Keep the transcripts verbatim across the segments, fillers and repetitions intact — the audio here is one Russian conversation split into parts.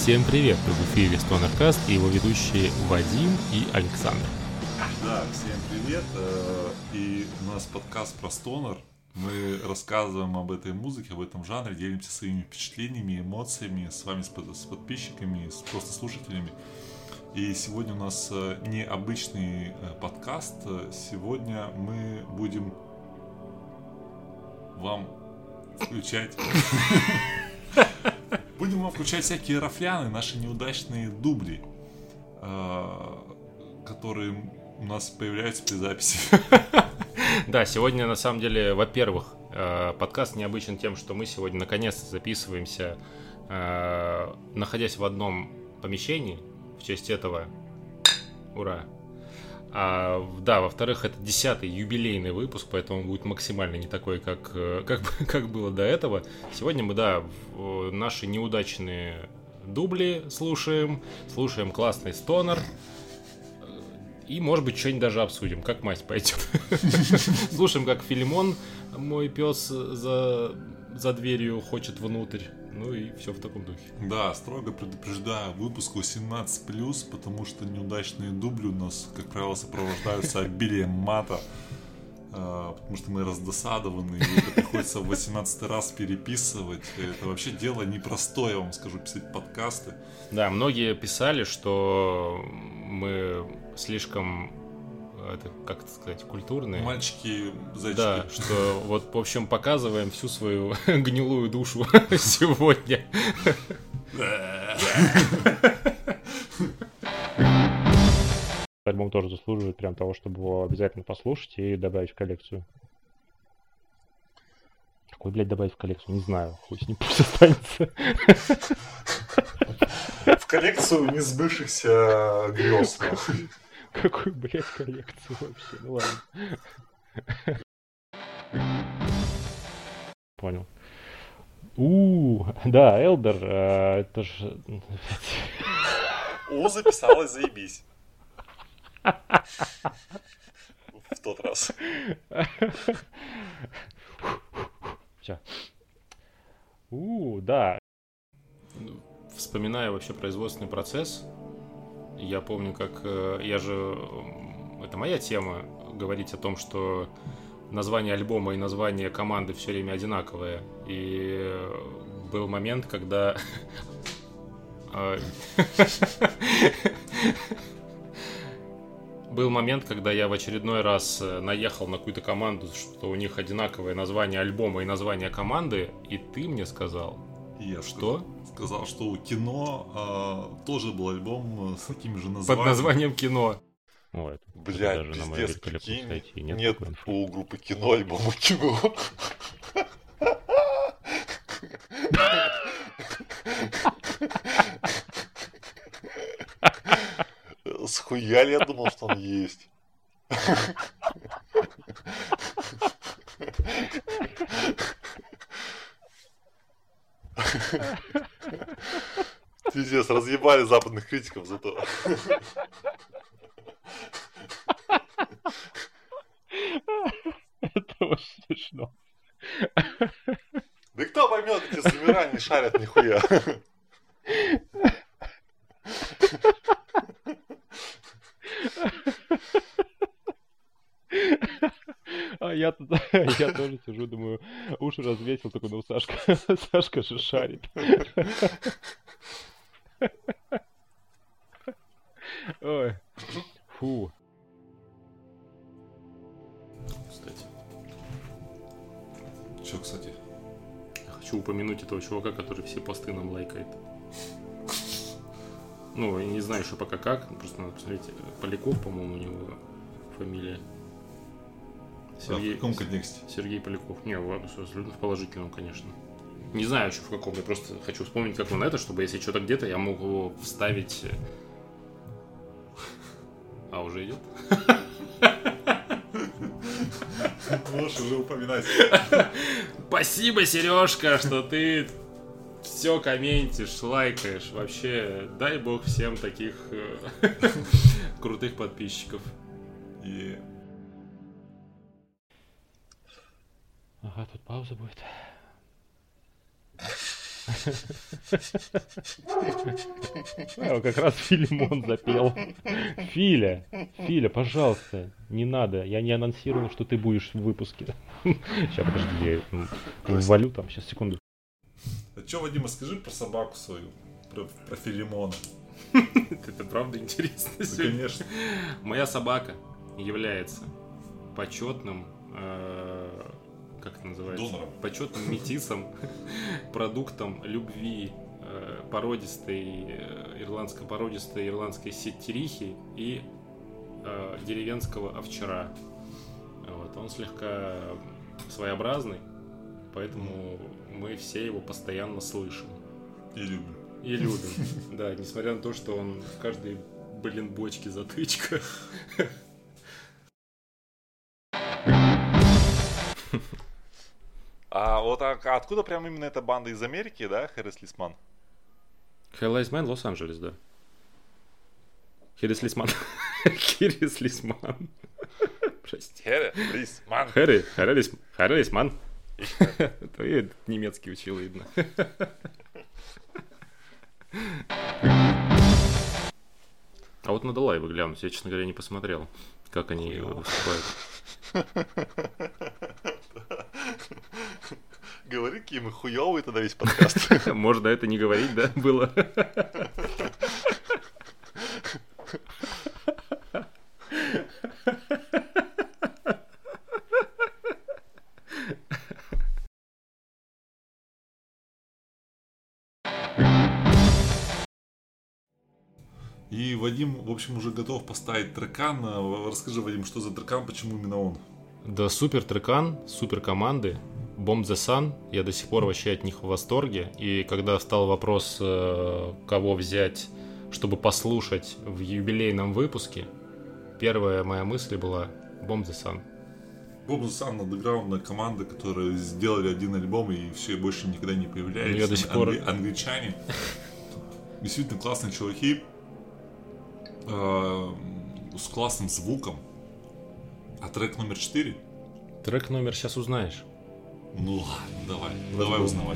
Всем привет! В эфире StonerCast и его ведущие Вадим и Александр. Да, всем привет! И у нас подкаст про стонер. Мы рассказываем об этой музыке, об этом жанре, делимся своими впечатлениями, эмоциями с вами, с подписчиками, с просто слушателями. И сегодня у нас необычный подкаст. Сегодня мы будем вам включать... Будем вам включать всякие рафляны, наши неудачные дубли, которые у нас появляются при записи. Да, сегодня на самом деле, во-первых, подкаст необычен тем, что мы сегодня наконец-то записываемся, находясь в одном помещении. В честь этого ура! А, да, во-вторых, это десятый юбилейный выпуск, поэтому он будет максимально не такой, как, как, как было до этого. Сегодня мы, да, наши неудачные дубли слушаем, слушаем классный стонер. И, может быть, что-нибудь даже обсудим, как мать пойдет. Слушаем, как Филимон, мой пес, за, за дверью хочет внутрь. Ну и все в таком духе. Да, строго предупреждаю, выпуск восемнадцать плюс, потому что неудачные дубли у нас, как правило, сопровождаются обилием мата. Потому что мы раздосадованы, и это приходится в восемнадцатый раз переписывать. Это вообще дело непростое, я вам скажу, писать подкасты. Да, многие писали, что мы слишком, это, как это сказать, культурные. Мальчики, зайчики. Да, что вот, в общем, показываем всю свою гнилую душу сегодня. Альбом тоже заслуживает прям того, чтобы его обязательно послушать и добавить в коллекцию. Какой, блядь, добавить в коллекцию? Не знаю. Хуй с ним пусть останется. В коллекцию несбывшихся грез. Какую, блядь, коллекцию вообще? Ну ладно. Понял. У, да, Элдер, это же... О, записалась, заебись. В тот раз. Все. У, да. Вспоминая вообще производственный процесс, я помню, как я же... Это моя тема, говорить о том, что название альбома и название команды все время одинаковые. И был момент, когда... Был момент, когда я в очередной раз наехал на какую-то команду, что у них одинаковое название альбома и название команды, и ты мне сказал, я что? Сказал, что у Кино э, тоже был альбом с таким же названием. Под названием Кино. Ой, блядь, даже на пиздец, прикинь, сайте нет, нет у группы Кино альбома Кино. Схуя ли я думал, что он есть? Пиздец, разъебали западных критиков зато. Это очень смешно. Да кто поймет, эти замира не шарят нихуя. А я, я тоже сижу, думаю, уши развесил, такой, ну Сашка, Сашка же шарит. Ой, фу. Кстати. Че, кстати? Я хочу упомянуть этого чувака, который все посты нам лайкает. Ну, я не знаю еще пока как, просто надо посмотреть. Поляков, по-моему, у него фамилия. Сергей, а в каком контексте? Сергей Поляков. Не, абсолютно в положительном, конечно. Не знаю еще в каком, я просто хочу вспомнить, как он это, чтобы если что-то где-то, я мог его вставить. А, уже идет? Можешь уже упоминать. Спасибо, Сережка, что ты все комментишь, лайкаешь. Вообще, дай бог всем таких крутых подписчиков. И... Ага, тут пауза будет. А, как раз Филимон запел. Филя, Филя, пожалуйста, не надо. Я не анонсировал, что ты будешь в выпуске. Сейчас, подожди, я ввалю там, сейчас, секунду. А чё, Вадим, скажи про собаку свою, про, про Филимона. Это правда интересно. Да, конечно. Моя собака является почетным, как это называется? Донором. Почетным метисом, продуктом любви породистой, ирландско-породистой ирландской сеттерихи и э, деревенского овчара. Вот. Он слегка своеобразный, поэтому мы все его постоянно слышим. И любим. И любим, да, несмотря на то, что он в каждой, блин, бочке затычка. А вот а, откуда прям именно эта банда из Америки, да, Хэрис Лисман? Хэрис Лисман, Лос-Анджелес, да. Хэрис Лисман. Хэрис Лисман. Прости. Хэрис Лисман. Хэри, Хэри Лисман. Хэри Лисман. Это я немецкий учил, видно. А вот надо лайвы глянуть. Я, честно говоря, не посмотрел, как они выступают. Говори, какие мы хуёвые тогда весь подкаст. Можно это не говорить, да, было? И Вадим, в общем, уже готов поставить трекан. Расскажи, Вадим, что за трекан, почему именно он? Да, супер трекан, супер команды. Bomb the Sun. Я до сих пор вообще от них в восторге. И когда встал вопрос, кого взять, чтобы послушать в юбилейном выпуске, первая моя мысль была Bomb the Sun. Bomb the Sun — андеграундная команда, которые сделали один альбом и все, больше никогда не появлялись. Я до сих пор... Англи... Англичане. Действительно классные чуваки. С классным звуком. А трек номер четыре? Трек номер сейчас узнаешь. Ну ладно, давай, давай узнавать.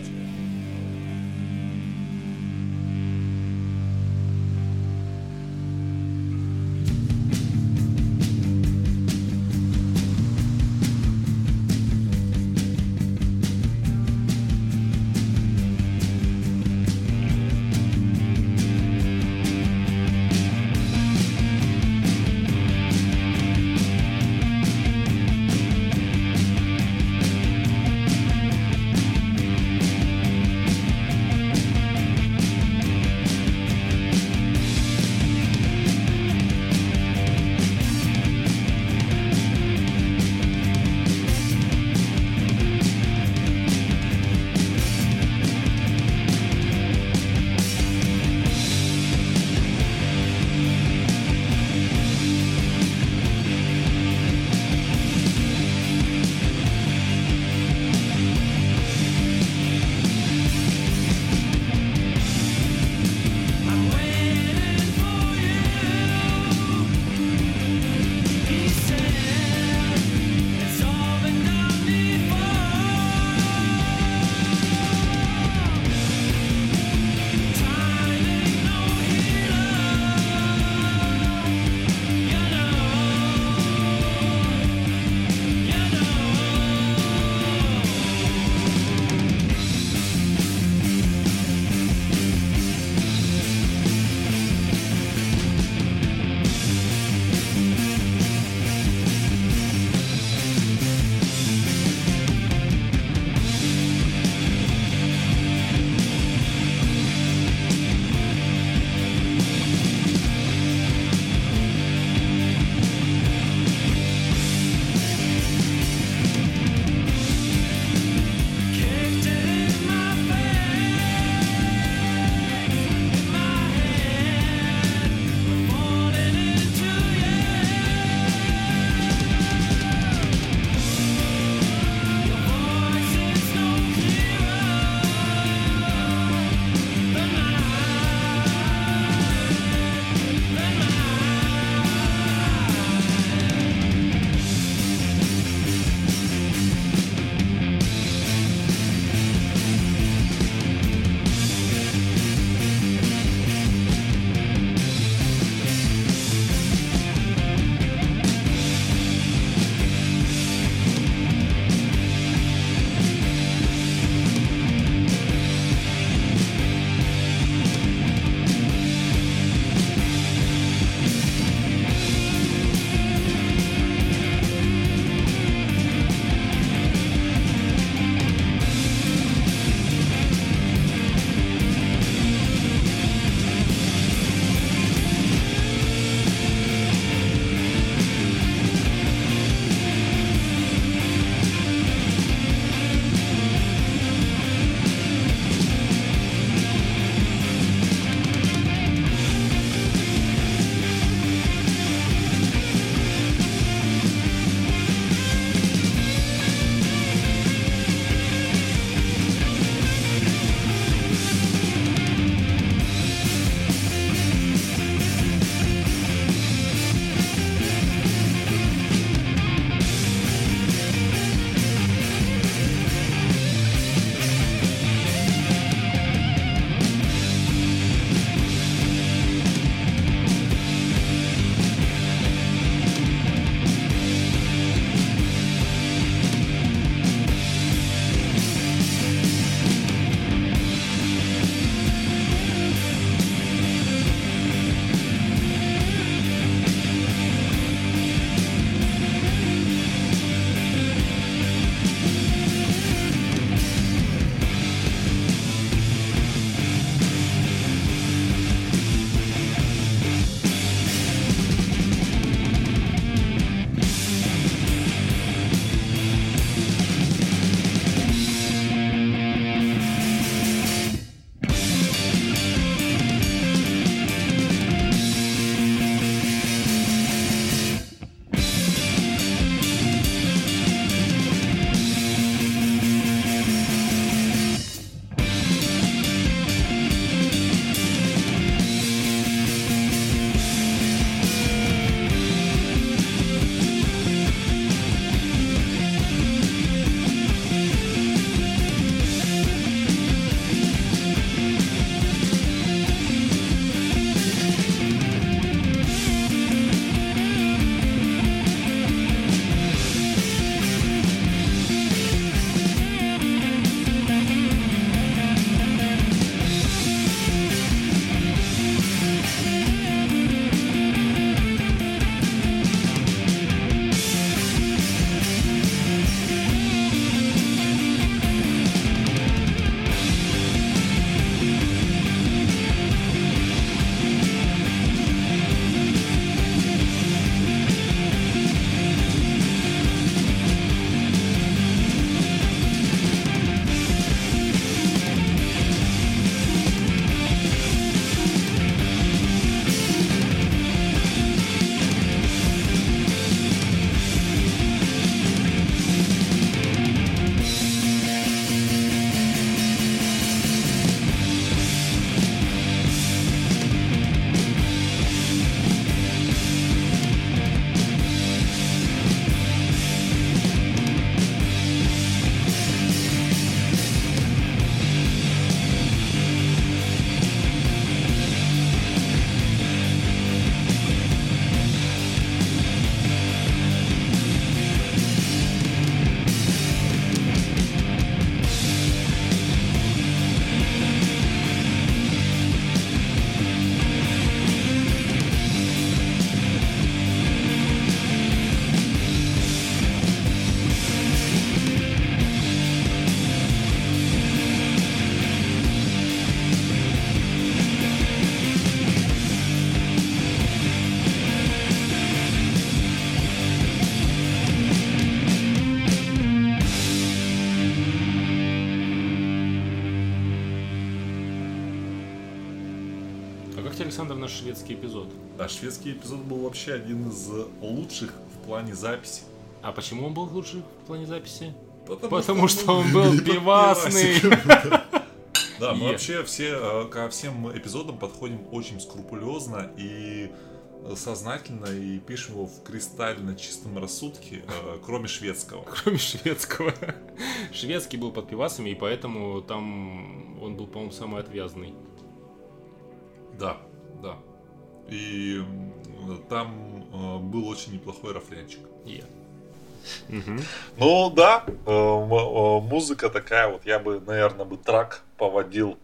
тебе, Александр, наш шведский эпизод? Да, шведский эпизод был вообще один из лучших в плане записи. А почему он был лучший в плане записи? Потому, Потому что, что он был пивасный. Да, мы вообще все ко всем эпизодам подходим очень скрупулезно и сознательно и пишем его в кристально чистом рассудке, кроме шведского. Кроме шведского. Шведский был под пивасами, и поэтому там он был, по-моему, самый отвязный. Да, да. И там был очень неплохой рафлянчик. Yeah. Угу. Ну да, музыка такая вот, я бы, наверное, бы трак поводил.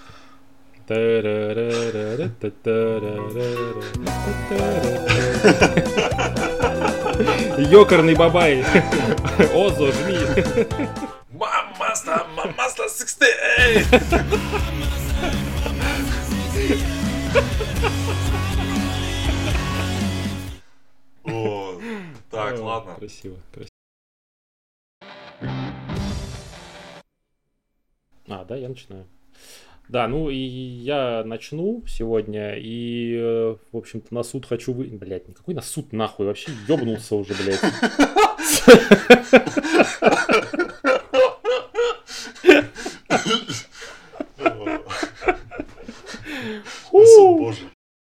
Ёкарный бабай. Озо, жми. Мамаста, мамаста шестьдесят восемь. О, так, О, ладно. Красиво, красиво. А, да, я начинаю. Да, ну и я начну сегодня, и, в общем-то, на суд хочу вы... Блядь, никакой на суд нахуй, вообще ёбнулся уже, блядь. Боже.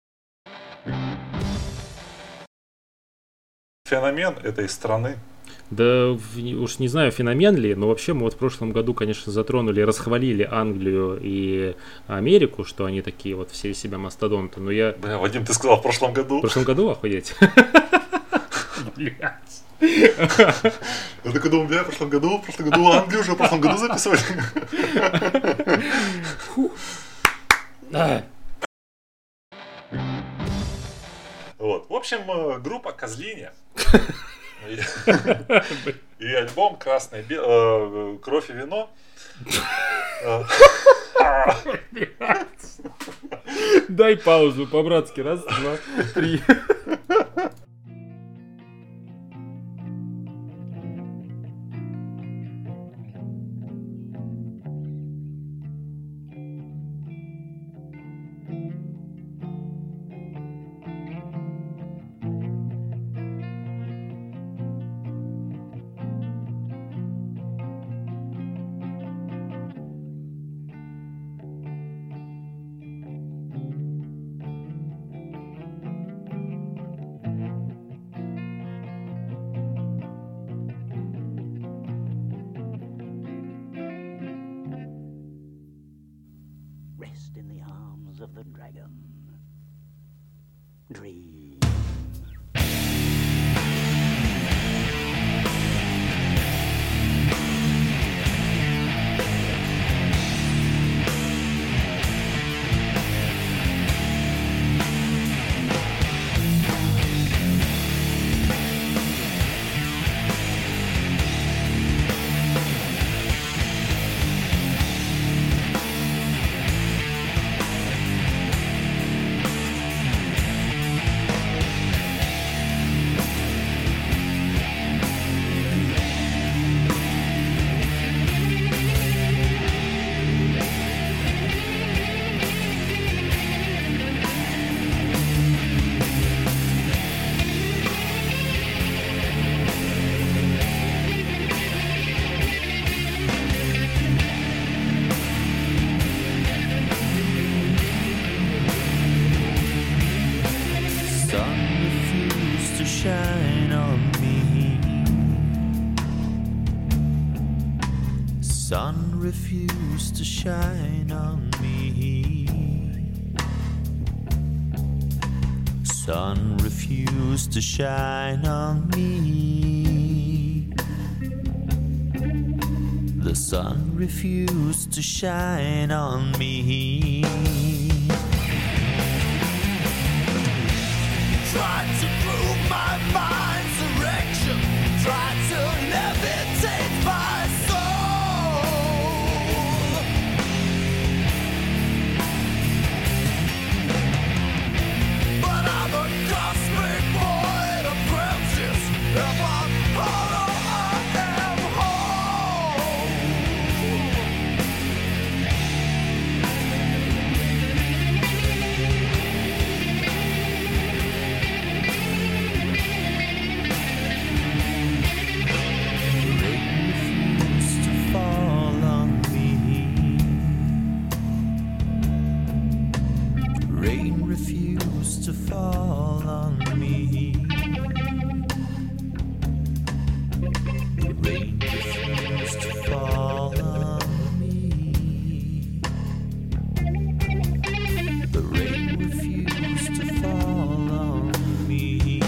Феномен этой страны. Да уж не знаю, феномен ли, но вообще мы вот в прошлом году, конечно, затронули, расхвалили Англию и Америку, что они такие вот все из себя мастодонты, но я... Бля, Вадим, ты сказал в прошлом году. В прошлом году, охуеть? Блядь. Я такой думал, бля, в прошлом году, в прошлом году Англию уже в прошлом году записывали. Вот, в общем, группа Козлиня. И альбом «Красное, бе... кровь и вино». Дай паузу по-братски. Раз, два, три. Sun refused to shine on me. Sun refused to shine on me. The sun refused to shine on me. Tried to prove my mind's erection. Tried to levitate my soul. refused to fall on me. The rain refused to fall on me. The rain refused to fall on me.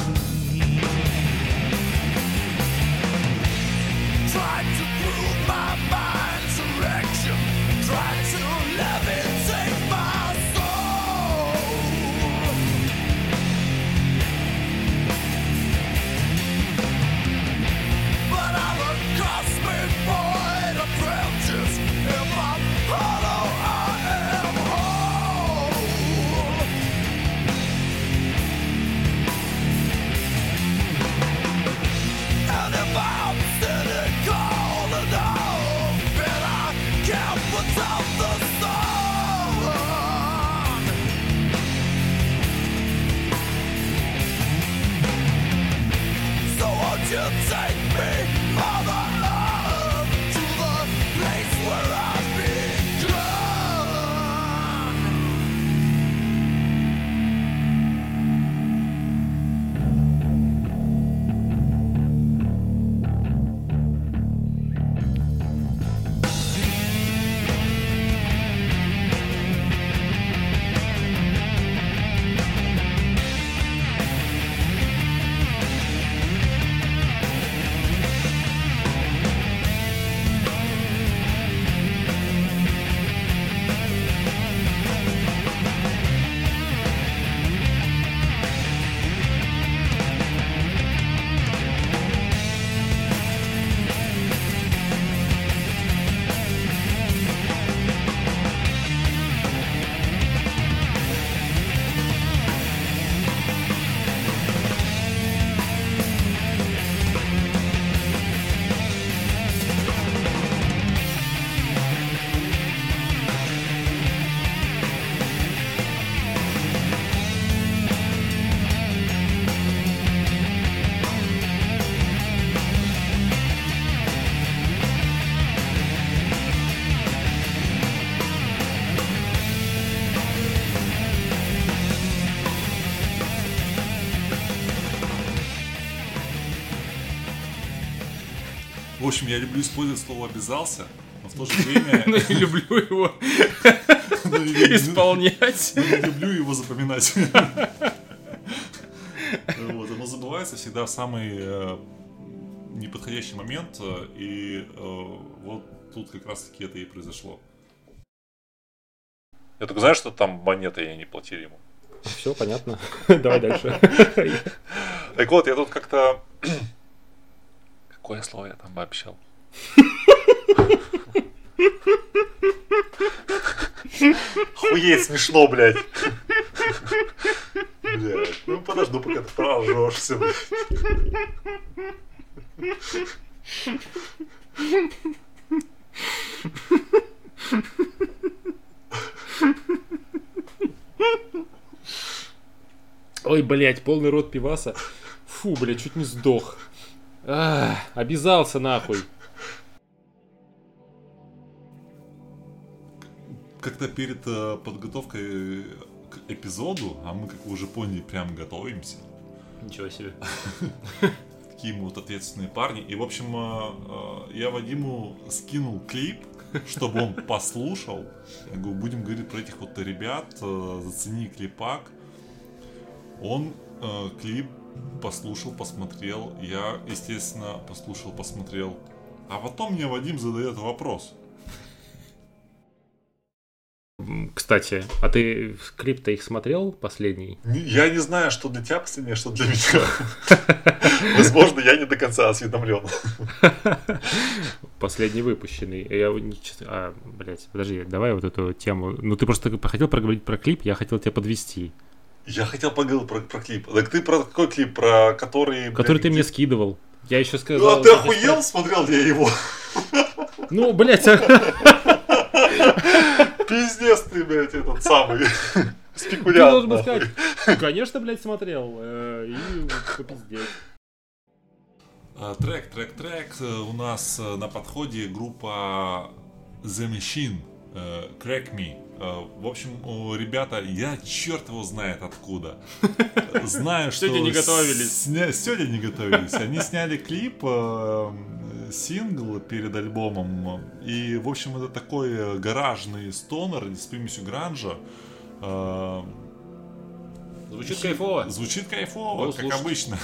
Tried to prove my mind's erection. Tried to levitate my soul. But I'm a cosmic void of branches. If I'm hollow, I am whole. And if I'm cynical enough, then I can't put out the sun. So won't you take me, Mother Earth, to the place where I begun? В общем, я люблю использовать слово «обязался», но в то же время Но я люблю его но я- исполнять. но не люблю его запоминать. Вот, оно забывается всегда в самый э, неподходящий момент, э, и э, вот тут как раз таки это и произошло. Я только знаю, что там монеты я не платили ему. Все понятно. Давай дальше. Так вот, я тут как-то... Какое слово я там обещал? Хуеть смешно, блядь. Блядь, ну подожду, пока ты проржешься, блядь. Ой, блядь, полный рот пиваса. Фу, блядь, чуть не сдох. Ах, обязался нахуй. Как-то перед э, подготовкой к эпизоду, а мы, как вы уже поняли, прям готовимся. Ничего себе. Такие мы вот ответственные парни. И, в общем, э, э, я Вадиму скинул клип, чтобы он послушал. Я говорю, будем говорить про этих вот ребят, э, зацени клипак. Он э, клип послушал, посмотрел. Я, естественно, послушал, посмотрел. А потом мне Вадим задает вопрос. Кстати, а ты клип-то их смотрел последний? Не- Я не знаю, что для тебя последнее, что для меня. Возможно, я не до конца осведомлен. Последний выпущенный. Я не чис- А, блядь, подожди, давай вот эту тему. Ну ты просто хотел проговорить про клип, я хотел тебя подвести. Я хотел поговорить про, про клип. Так ты про какой клип? Про который... Который блядь, ты мне где- скидывал. Я еще Ну, сказал... а ты охуел? Смотрел ли я его? Ну, блядь, а- Пиздец ты, блядь, этот самый ты спекулянт. должен был нахуй. сказать, конечно, блядь, смотрел. э, И попиздеть. Э, Трек, трек, трек. Э, У нас э, на подходе группа The Machine. э, Crack Me. Э, В общем, о, ребята, я черт его знает откуда. Знаю, что... Сегодня не готовились. сня- Сегодня не готовились. Они сняли клип, э, сингл перед альбомом. И, в общем, это такой э, гаражный стонер с примесью гранжа. Э, Звучит кайфово. Звучит кайфово, Ну, как слушайте. обычно.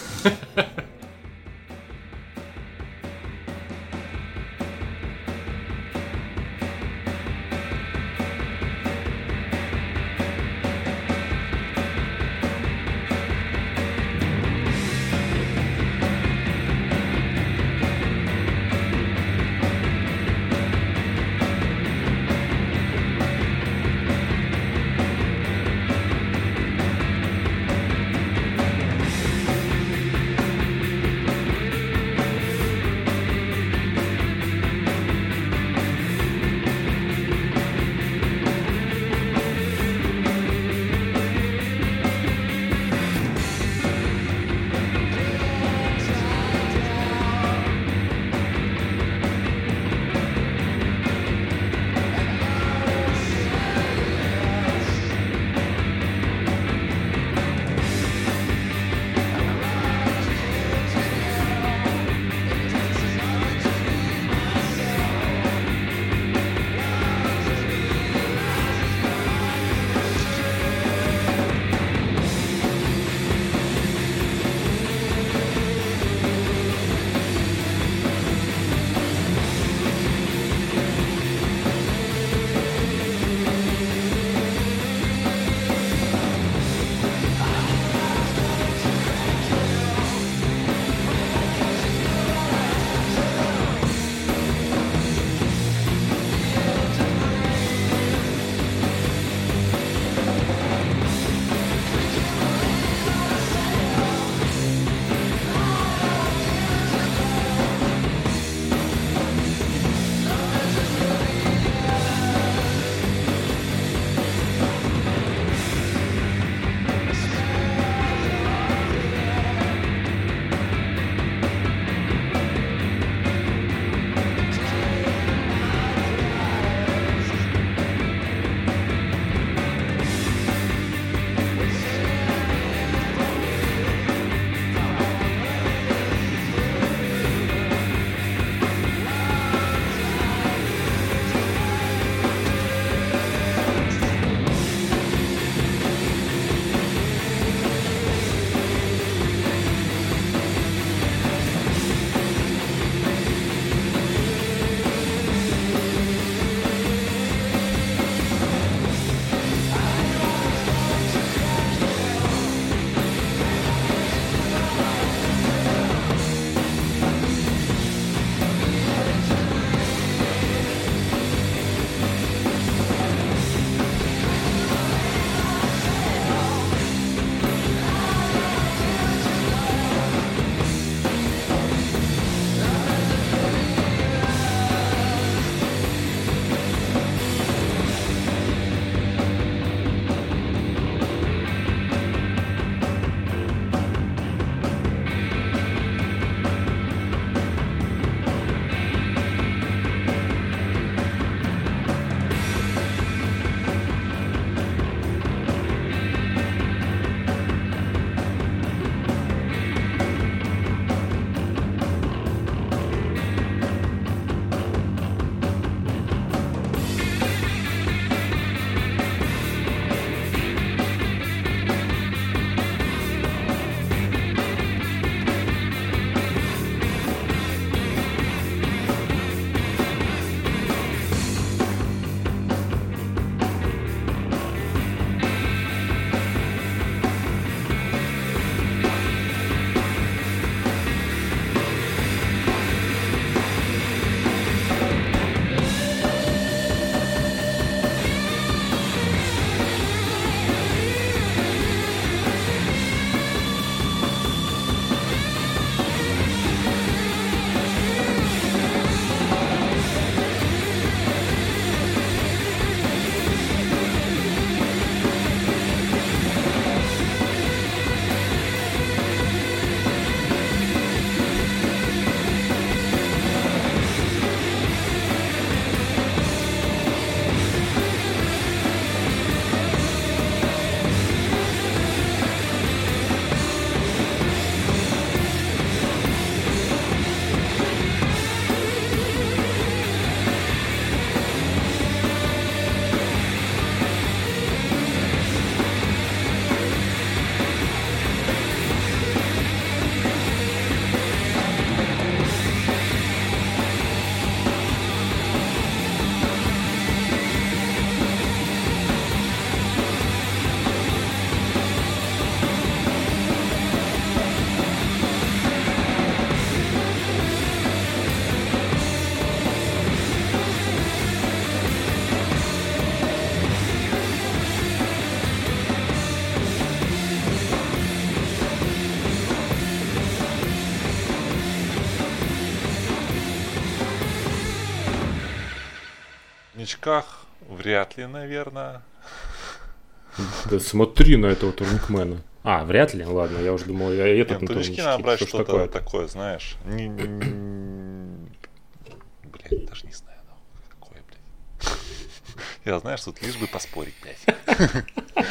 турничках вряд ли, наверное. Да смотри на этого турникмена. А, вряд ли? Ладно, я уже думал, я этот Нет, на турнички турничке. надо брать Что ж что-то такое? такое, знаешь. Не, не- не- Блядь, даже не знаю, нахуй, какое, блядь. Я, знаешь, тут лишь бы поспорить, блядь.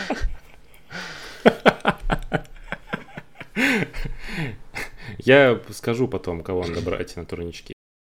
Я скажу потом, кого надо брать на турнички.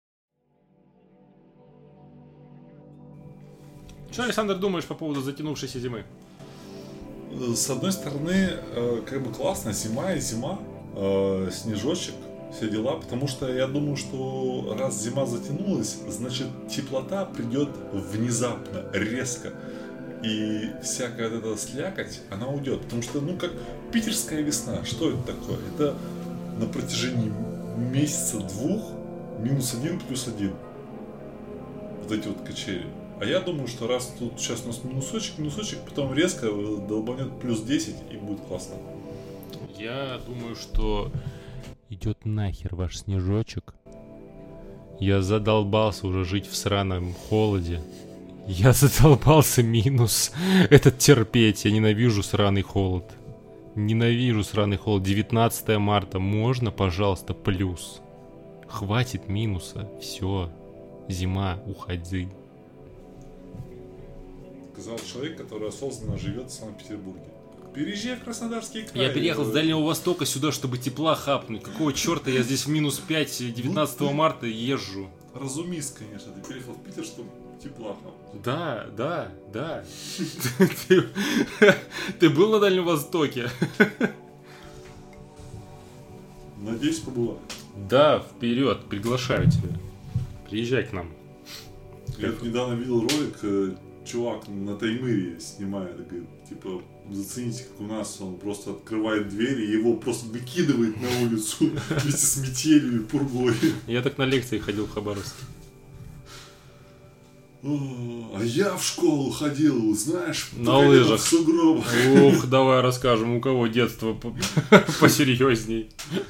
Что, Александр, думаешь по поводу затянувшейся зимы? С одной стороны, э, как бы классно, зима и зима, э, снежочек, все дела, потому что я думаю, что раз зима затянулась, значит теплота придет внезапно, резко. И всякая вот эта слякоть, она уйдет. Потому что, ну, как питерская весна, что это такое? Это на протяжении месяца двух минус один плюс один. Вот эти вот качели. А я думаю, что раз тут сейчас у нас минусочек, минусочек, потом резко долбанет плюс десять и будет классно. Я думаю, что идет нахер ваш снежочек. Я задолбался уже жить в сраном холоде. Я задолбался минус этот терпеть. Я ненавижу сраный холод. Ненавижу сраный холод. девятнадцатое марта. Можно, пожалуйста, плюс? Хватит минуса. Все. Зима, уходи. Сказал человек, который осознанно живет в Санкт-Петербурге. Переезжай в Краснодарский край. Я переехал с Дальнего Востока сюда, чтобы тепла хапнуть. Какого черта я здесь в минус пять девятнадцатого марта езжу? Разумись, конечно, ты переехал в Питер, чтобы тепла хапнуть. Да, да, да. Ты- Ты был на Дальнем Востоке? Надеюсь, побывать. Да, вперед, приглашаю тебя. Приезжай к нам. Я тут недавно видел ролик, э, чувак на Таймыре снимает, говорит, типа, зацените, как у нас он просто открывает двери, и его просто выкидывает на улицу вместе с метелью и пургой. Я так на лекции ходил в Хабаровск. О, А я в школу ходил, знаешь, На по колено лыжах. в сугробах. Ух, давай расскажем, у кого детство по- посерьезней.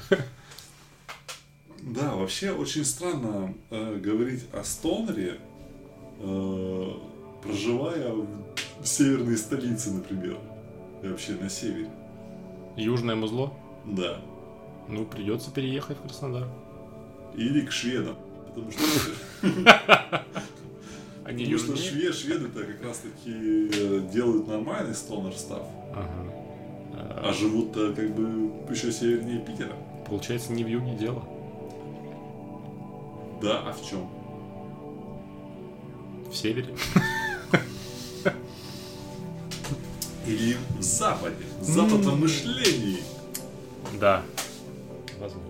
Да, вообще очень странно э, говорить о стонере, э, проживая в северной столице, например. И вообще на севере. Южное музло? Да. Ну, придется переехать в Краснодар. Или к шведам. Потому что, Они потому что южнее? шве- шведы-то как раз таки э, делают нормальный стонер став. Ага. А живут-то как бы еще севернее Питера. Получается, не в юге дело. Да, а в чем? В севере. Или в западе. В западном мышлении. Да. Возможно.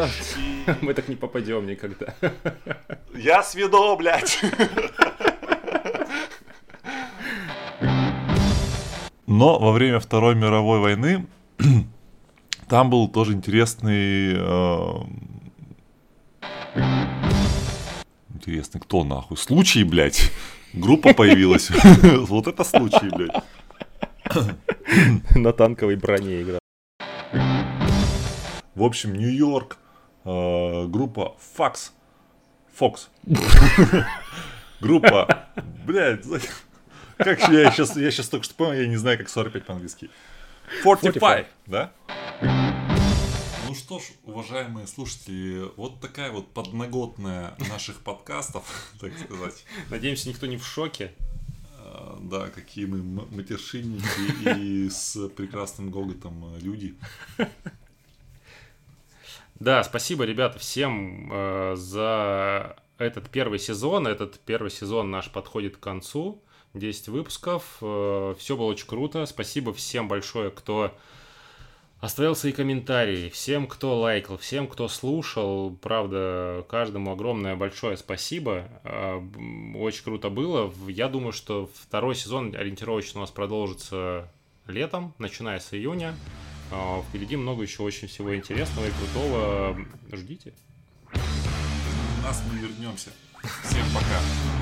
пожалуйста. Мы так не попадем никогда. Я сведу, блядь. Но во время Второй мировой войны там был тоже интересный... э, Интересный кто нахуй? Случай, блядь. Группа появилась. Вот это случай, блядь. На танковой броне играл. В общем, Нью-Йорк, э, группа Fox. Fox. Группа, блядь, за- как же я сейчас, я сейчас только что понял, я не знаю, как сорок пять по-английски. сорок пять, да? Ну что ж, уважаемые слушатели, вот такая вот подноготная наших подкастов, так сказать. Надеемся, никто не в шоке. А, Да, какие мы м- матершинники и с прекрасным гоготом э, люди. Да, спасибо, ребята, всем э, за этот первый сезон. Этот первый сезон наш подходит к концу. десять выпусков. Э, все было очень круто. Спасибо всем большое, кто оставил свои комментарии. Всем, кто лайкал, всем, кто слушал. Правда, каждому огромное большое спасибо. Э, м, очень круто было. В- Я думаю, что второй сезон ориентировочно у нас продолжится летом, начиная с июня. А, Впереди много еще очень всего интересного и крутого. Ждите. У нас мы вернемся. Всем пока.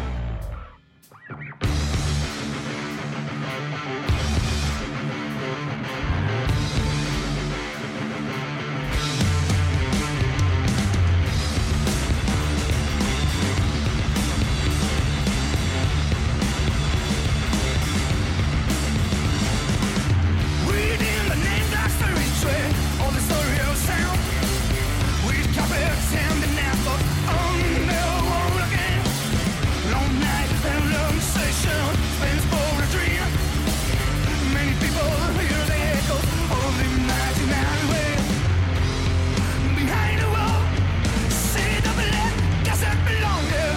Reading the name that's the retreat on the story of sound. We covered sound and never on the wall again. Long night and long session spends for a dream. Many people hear the echo of the imaginary way. Behind the wall, see the black doesn't belong here.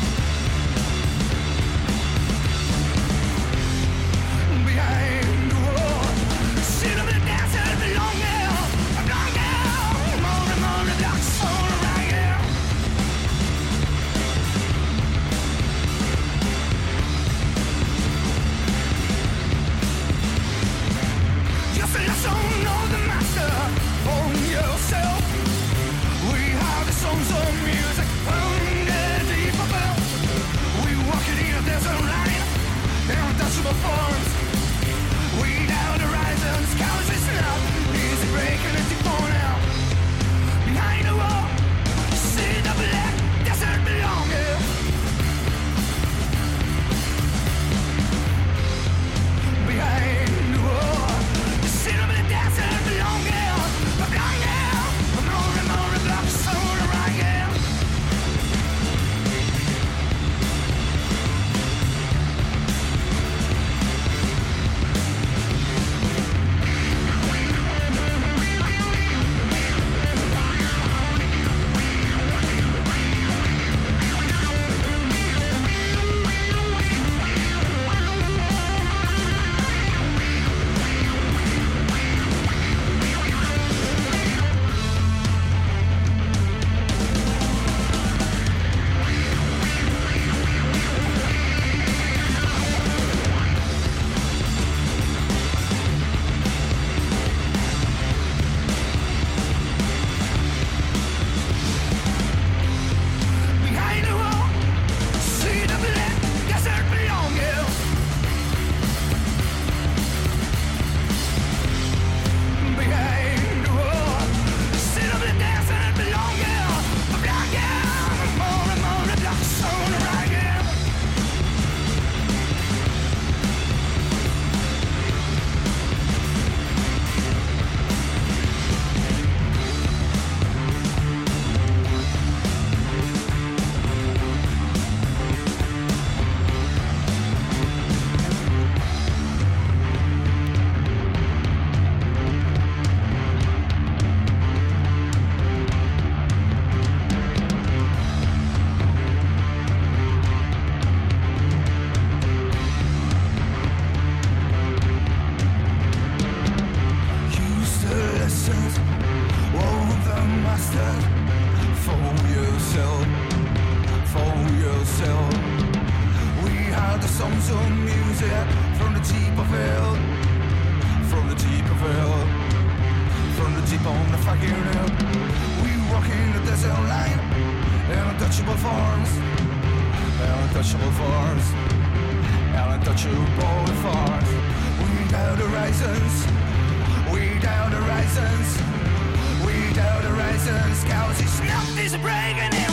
Behind the wall, sit up and dance and belong here, belong here. More and more the blocks all around here. Just a lesson of the master on yourself. We have the songs of music from the deep above. We walk it in a desert line, untouchable forms. We down the horizons, counts is not easy breaking it for now. Behind the wall, see the black desert belong here. Behind the wall, see the black desert belong here. Belong here. More and more blocks all around here. untouchable force, an untouchable force. We down horizons, we down horizons, we down horizons. Cause it's not this breaking